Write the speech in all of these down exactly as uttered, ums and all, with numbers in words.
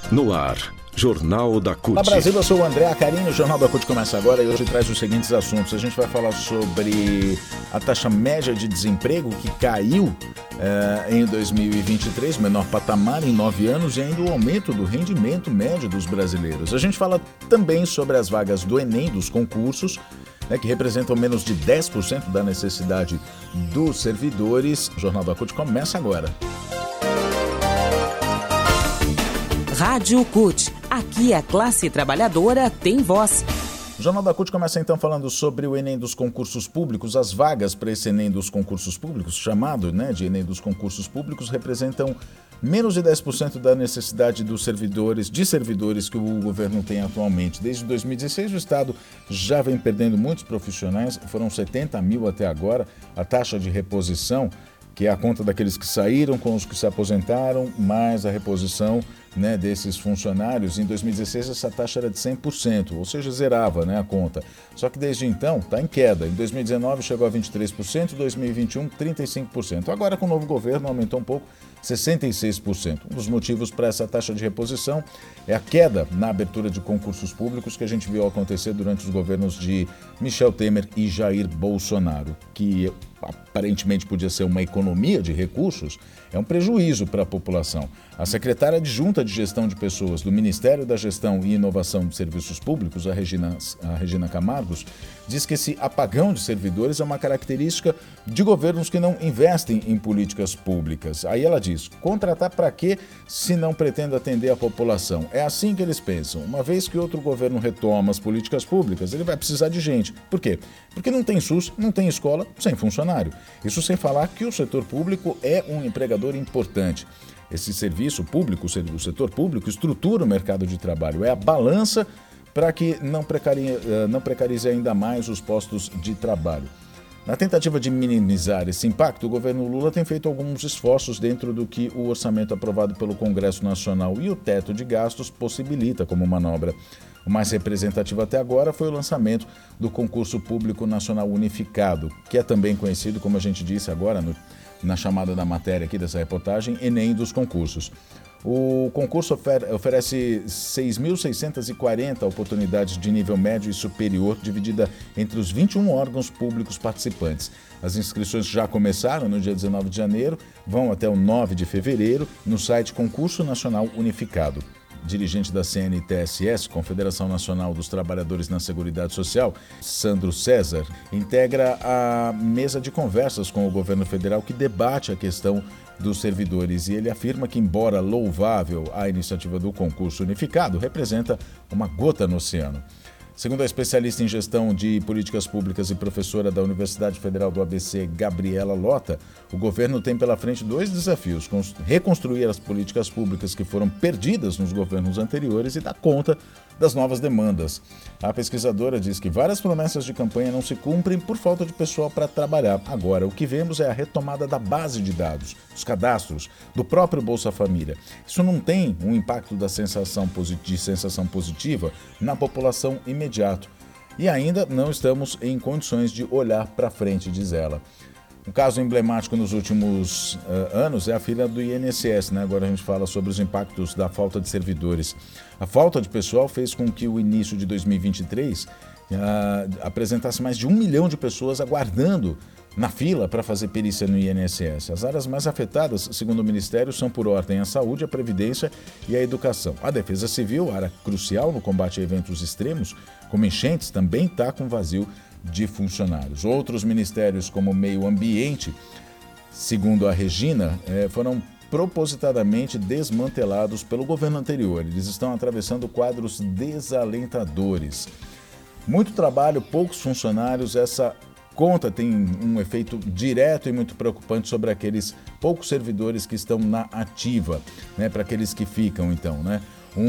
No ar, Jornal da C U T. Olá Brasil, eu sou o André Acarini, o Jornal da C U T começa agora e hoje traz os seguintes assuntos. A gente vai falar sobre a taxa média de desemprego que caiu eh, em dois mil e vinte e três, menor patamar em nove anos, e ainda o aumento do rendimento médio dos brasileiros. A gente fala também sobre as vagas do Enem, dos concursos, né, que representam menos de dez por cento da necessidade dos servidores. O Jornal da C U T começa agora. Rádio C U T. Aqui a classe trabalhadora tem voz. O Jornal da C U T começa então falando sobre o Enem dos concursos públicos. As vagas para esse Enem dos concursos públicos, chamado né, de Enem dos concursos públicos, representam menos de dez por cento da necessidade dos servidores, de servidores que o governo tem atualmente. Desde dois mil e dezesseis, o Estado já vem perdendo muitos profissionais, foram setenta mil até agora. A taxa de reposição, que é a conta daqueles que saíram com os que se aposentaram, mais a reposição né, desses funcionários. Em dois mil e dezesseis, essa taxa era de cem por cento, ou seja, zerava né, a conta. Só que desde então está em queda. Em dois mil e dezenove chegou a vinte e três por cento, em dois mil e vinte e um, trinta e cinco por cento. Agora, com o novo governo, aumentou um pouco, sessenta e seis por cento. Um dos motivos para essa taxa de reposição é a queda na abertura de concursos públicos que a gente viu acontecer durante os governos de Michel Temer e Jair Bolsonaro, que aparentemente podia ser uma economia de recursos, é um prejuízo para a população. A secretária adjunta de Gestão de Pessoas do Ministério da Gestão e Inovação de Serviços Públicos, a Regina, a Regina Camargos, diz que esse apagão de servidores é uma característica de governos que não investem em políticas públicas. Aí ela diz, contratar para quê se não pretende atender a população? É assim que eles pensam. Uma vez que outro governo retoma as políticas públicas, ele vai precisar de gente. Por quê? Porque não tem SUS, não tem escola sem funcionário. Isso sem falar que o setor público é um empregador importante. Esse serviço público, o setor público, estrutura o mercado de trabalho, é a balança para que não precarize, não precarize ainda mais os postos de trabalho. Na tentativa de minimizar esse impacto, o governo Lula tem feito alguns esforços dentro do que o orçamento aprovado pelo Congresso Nacional e o teto de gastos possibilita como manobra. O mais representativo até agora foi o lançamento do Concurso Público Nacional Unificado, que é também conhecido, como a gente disse agora no, na chamada da matéria aqui dessa reportagem, Enem dos concursos. O concurso ofer- oferece seis mil seiscentas e quarenta oportunidades de nível médio e superior, dividida entre os vinte e um órgãos públicos participantes. As inscrições já começaram no dia dezenove de janeiro, vão até o nove de fevereiro, no site Concurso Nacional Unificado. Dirigente da C N T S S, Confederação Nacional dos Trabalhadores na Seguridade Social, Sandro César, integra a mesa de conversas com o governo federal que debate a questão dos servidores, e ele afirma que, embora louvável a iniciativa do concurso unificado, representa uma gota no oceano. Segundo a especialista em gestão de políticas públicas e professora da Universidade Federal do A B C, Gabriela Lota, o governo tem pela frente dois desafios: reconstruir as políticas públicas que foram perdidas nos governos anteriores e dar conta das novas demandas. A pesquisadora diz que várias promessas de campanha não se cumprem por falta de pessoal para trabalhar. Agora, o que vemos é a retomada da base de dados, dos cadastros, do próprio Bolsa Família. Isso não tem um impacto da sensação de sensação positiva na população imediato. E ainda não estamos em condições de olhar para frente, diz ela. Um caso emblemático nos últimos uh, anos é a fila do I N S S, né? Agora a gente fala sobre os impactos da falta de servidores. A falta de pessoal fez com que o início de dois mil e vinte e três uh, apresentasse mais de um milhão de pessoas aguardando na fila para fazer perícia no I N S S. As áreas mais afetadas, segundo o Ministério, são por ordem a saúde, a previdência e a educação. A Defesa Civil, área crucial no combate a eventos extremos, como enchentes, também está com vazio de funcionários. Outros ministérios, como o Meio Ambiente, segundo a Regina, foram propositadamente desmantelados pelo governo anterior. Eles estão atravessando quadros desalentadores. Muito trabalho, poucos funcionários. Essa conta tem um efeito direto e muito preocupante sobre aqueles poucos servidores que estão na ativa, né? Para aqueles que ficam, então, né?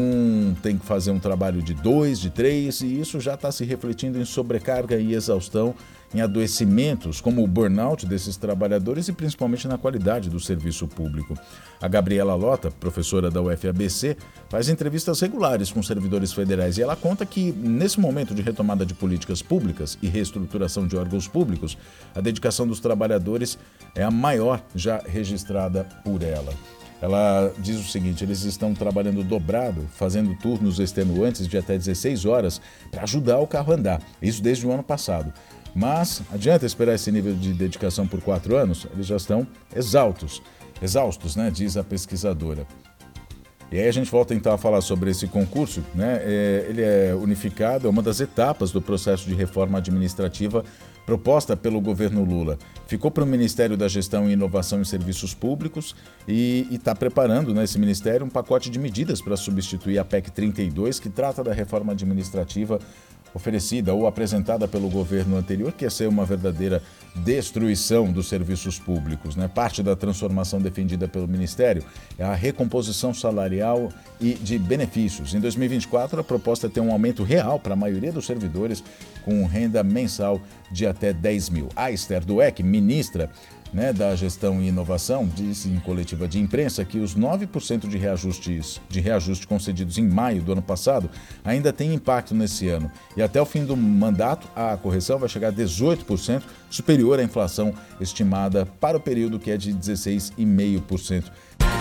Um tem que fazer um trabalho de dois, de três, e isso já está se refletindo em sobrecarga e exaustão, em adoecimentos como o burnout desses trabalhadores e principalmente na qualidade do serviço público. A Gabriela Lota, professora da U F A B C, faz entrevistas regulares com servidores federais e ela conta que, nesse momento de retomada de políticas públicas e reestruturação de órgãos públicos, a dedicação dos trabalhadores é a maior já registrada por ela. Ela diz o seguinte: eles estão trabalhando dobrado, fazendo turnos extenuantes de até dezesseis horas para ajudar o carro a andar. Isso desde o ano passado. Mas adianta esperar esse nível de dedicação por quatro anos? Eles já estão exaustos, exaustos, né? Diz a pesquisadora. E aí a gente volta então a falar sobre esse concurso, né? É, ele é unificado, é uma das etapas do processo de reforma administrativa proposta pelo governo Lula. Ficou para o Ministério da Gestão e Inovação em Serviços Públicos e está preparando, né, esse ministério um pacote de medidas para substituir a P E C trinta e dois, que trata da reforma administrativa oferecida ou apresentada pelo governo anterior, que ia ser uma verdadeira destruição dos serviços públicos, né? Parte da transformação defendida pelo Ministério é a recomposição salarial e de benefícios. Em dois mil e vinte e quatro, a proposta é ter um aumento real para a maioria dos servidores com renda mensal de até dez mil. A Esther Dweck, ministra, né, da Gestão e Inovação, disse em coletiva de imprensa que os nove por cento de reajustes de reajuste concedidos em maio do ano passado ainda tem impacto nesse ano. E até o fim do mandato, a correção vai chegar a dezoito por cento, superior à inflação estimada para o período, que é de dezesseis vírgula cinco por cento.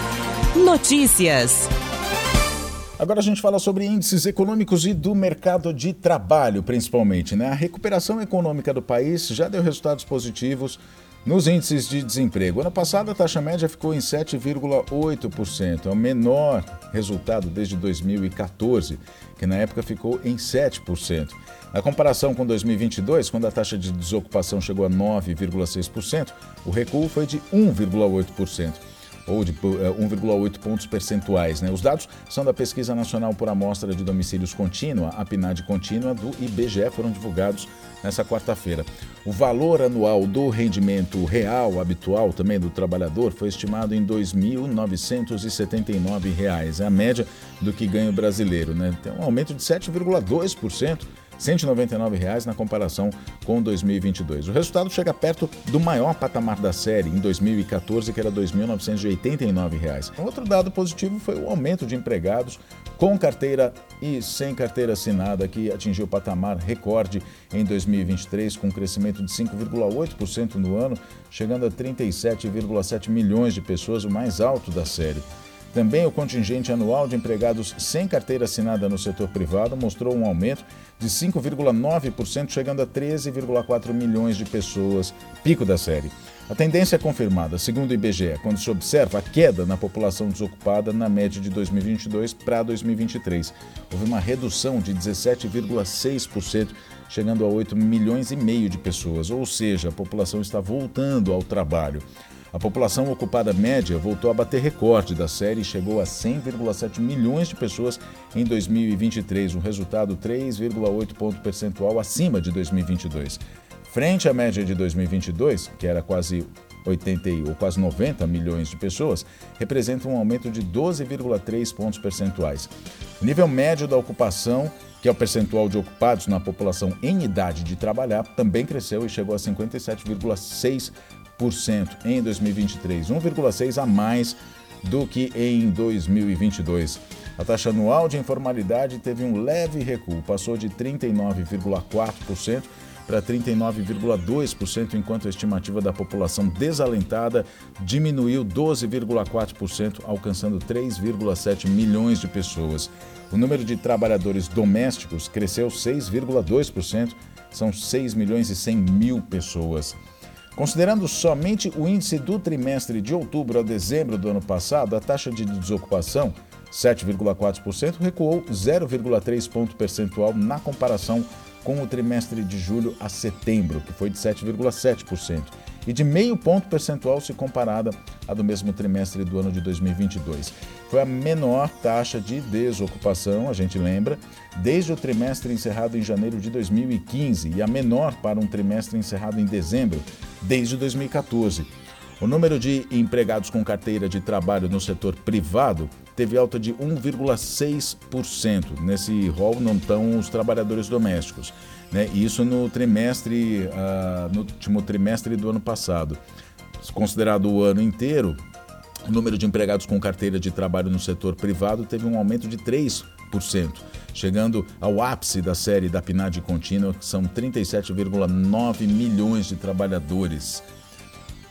Notícias. Agora a gente fala sobre índices econômicos e do mercado de trabalho, principalmente, né? A recuperação econômica do país já deu resultados positivos nos índices de desemprego. Ano passado, a taxa média ficou em sete vírgula oito por cento, é o menor resultado desde dois mil e quatorze, que na época ficou em sete por cento. Na comparação com dois mil e vinte e dois, quando a taxa de desocupação chegou a nove vírgula seis por cento, o recuo foi de um vírgula oito por cento. Ou de um vírgula oito pontos percentuais, né? Os dados são da Pesquisa Nacional por Amostra de Domicílios Contínua, a PNAD contínua, do I B G E, foram divulgados nessa quarta-feira. O valor anual do rendimento real habitual também do trabalhador foi estimado em dois mil novecentos e setenta e nove reais, é a média do que ganha o brasileiro, né? Tem um aumento de sete vírgula dois por cento. cento e noventa e nove reais na comparação com dois mil e vinte e dois. O resultado chega perto do maior patamar da série, em dois mil e quatorze, que era dois mil novecentos e oitenta e nove reais. Outro dado positivo foi o aumento de empregados com carteira e sem carteira assinada, que atingiu o patamar recorde em dois mil e vinte e três, com um crescimento de cinco vírgula oito por cento no ano, chegando a trinta e sete vírgula sete milhões de pessoas, o mais alto da série. Também o contingente anual de empregados sem carteira assinada no setor privado mostrou um aumento de cinco vírgula nove por cento, chegando a treze vírgula quatro milhões de pessoas, pico da série. A tendência é confirmada, segundo o I B G E, quando se observa a queda na população desocupada na média de dois mil e vinte e dois para dois mil e vinte e três. Houve uma redução de dezessete vírgula seis por cento, chegando a oito milhões e meio de pessoas, ou seja, a população está voltando ao trabalho. A população ocupada média voltou a bater recorde da série e chegou a cem vírgula sete milhões de pessoas em dois mil e vinte e três, um resultado três vírgula oito ponto percentual acima de dois mil e vinte e dois. Frente à média de dois mil e vinte e dois, que era quase oitenta ou quase noventa milhões de pessoas, representa um aumento de doze vírgula três pontos percentuais. O nível médio da ocupação, que é o percentual de ocupados na população em idade de trabalhar, também cresceu e chegou a cinquenta e sete vírgula seis por cento em dois mil e vinte e três, um vírgula seis por cento a mais do que em dois mil e vinte e dois. A taxa anual de informalidade teve um leve recuo, passou de trinta e nove vírgula quatro por cento para trinta e nove vírgula dois por cento, enquanto a estimativa da população desalentada diminuiu doze vírgula quatro por cento, alcançando três vírgula sete milhões de pessoas. O número de trabalhadores domésticos cresceu seis vírgula dois por cento, são seis milhões e cem mil pessoas. Considerando somente o índice do trimestre de outubro a dezembro do ano passado, a taxa de desocupação, sete vírgula quatro por cento, recuou zero vírgula três ponto percentual na comparação com o trimestre de julho a setembro, que foi de sete vírgula sete por cento, e de meio ponto percentual se comparada à do mesmo trimestre do ano de dois mil e vinte e dois. Foi a menor taxa de desocupação, a gente lembra, desde o trimestre encerrado em janeiro de dois mil e quinze e a menor para um trimestre encerrado em dezembro, desde dois mil e quatorze. O número de empregados com carteira de trabalho no setor privado teve alta de um vírgula seis por cento. Nesse rol não estão os trabalhadores domésticos, né? Isso no trimestre, uh, no último trimestre do ano passado. Considerado o ano inteiro, o número de empregados com carteira de trabalho no setor privado teve um aumento de três por cento, chegando ao ápice da série da PNAD contínua, que são trinta e sete vírgula nove milhões de trabalhadores.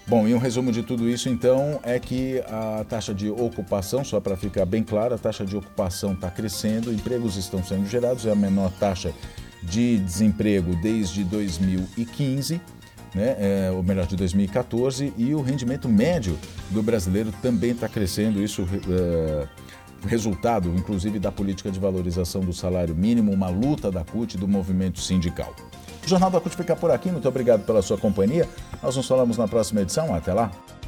Bom, e um resumo de tudo isso, então, é que a taxa de ocupação, só para ficar bem claro, a taxa de ocupação está crescendo, empregos estão sendo gerados, é a menor taxa de desemprego desde dois mil e quinze, né, é, ou melhor, de dois mil e quatorze, e o rendimento médio do brasileiro também está crescendo, isso é, resultado, inclusive, da política de valorização do salário mínimo, uma luta da C U T e do movimento sindical. O Jornal da C U T fica por aqui, muito obrigado pela sua companhia. Nós nos falamos na próxima edição, até lá.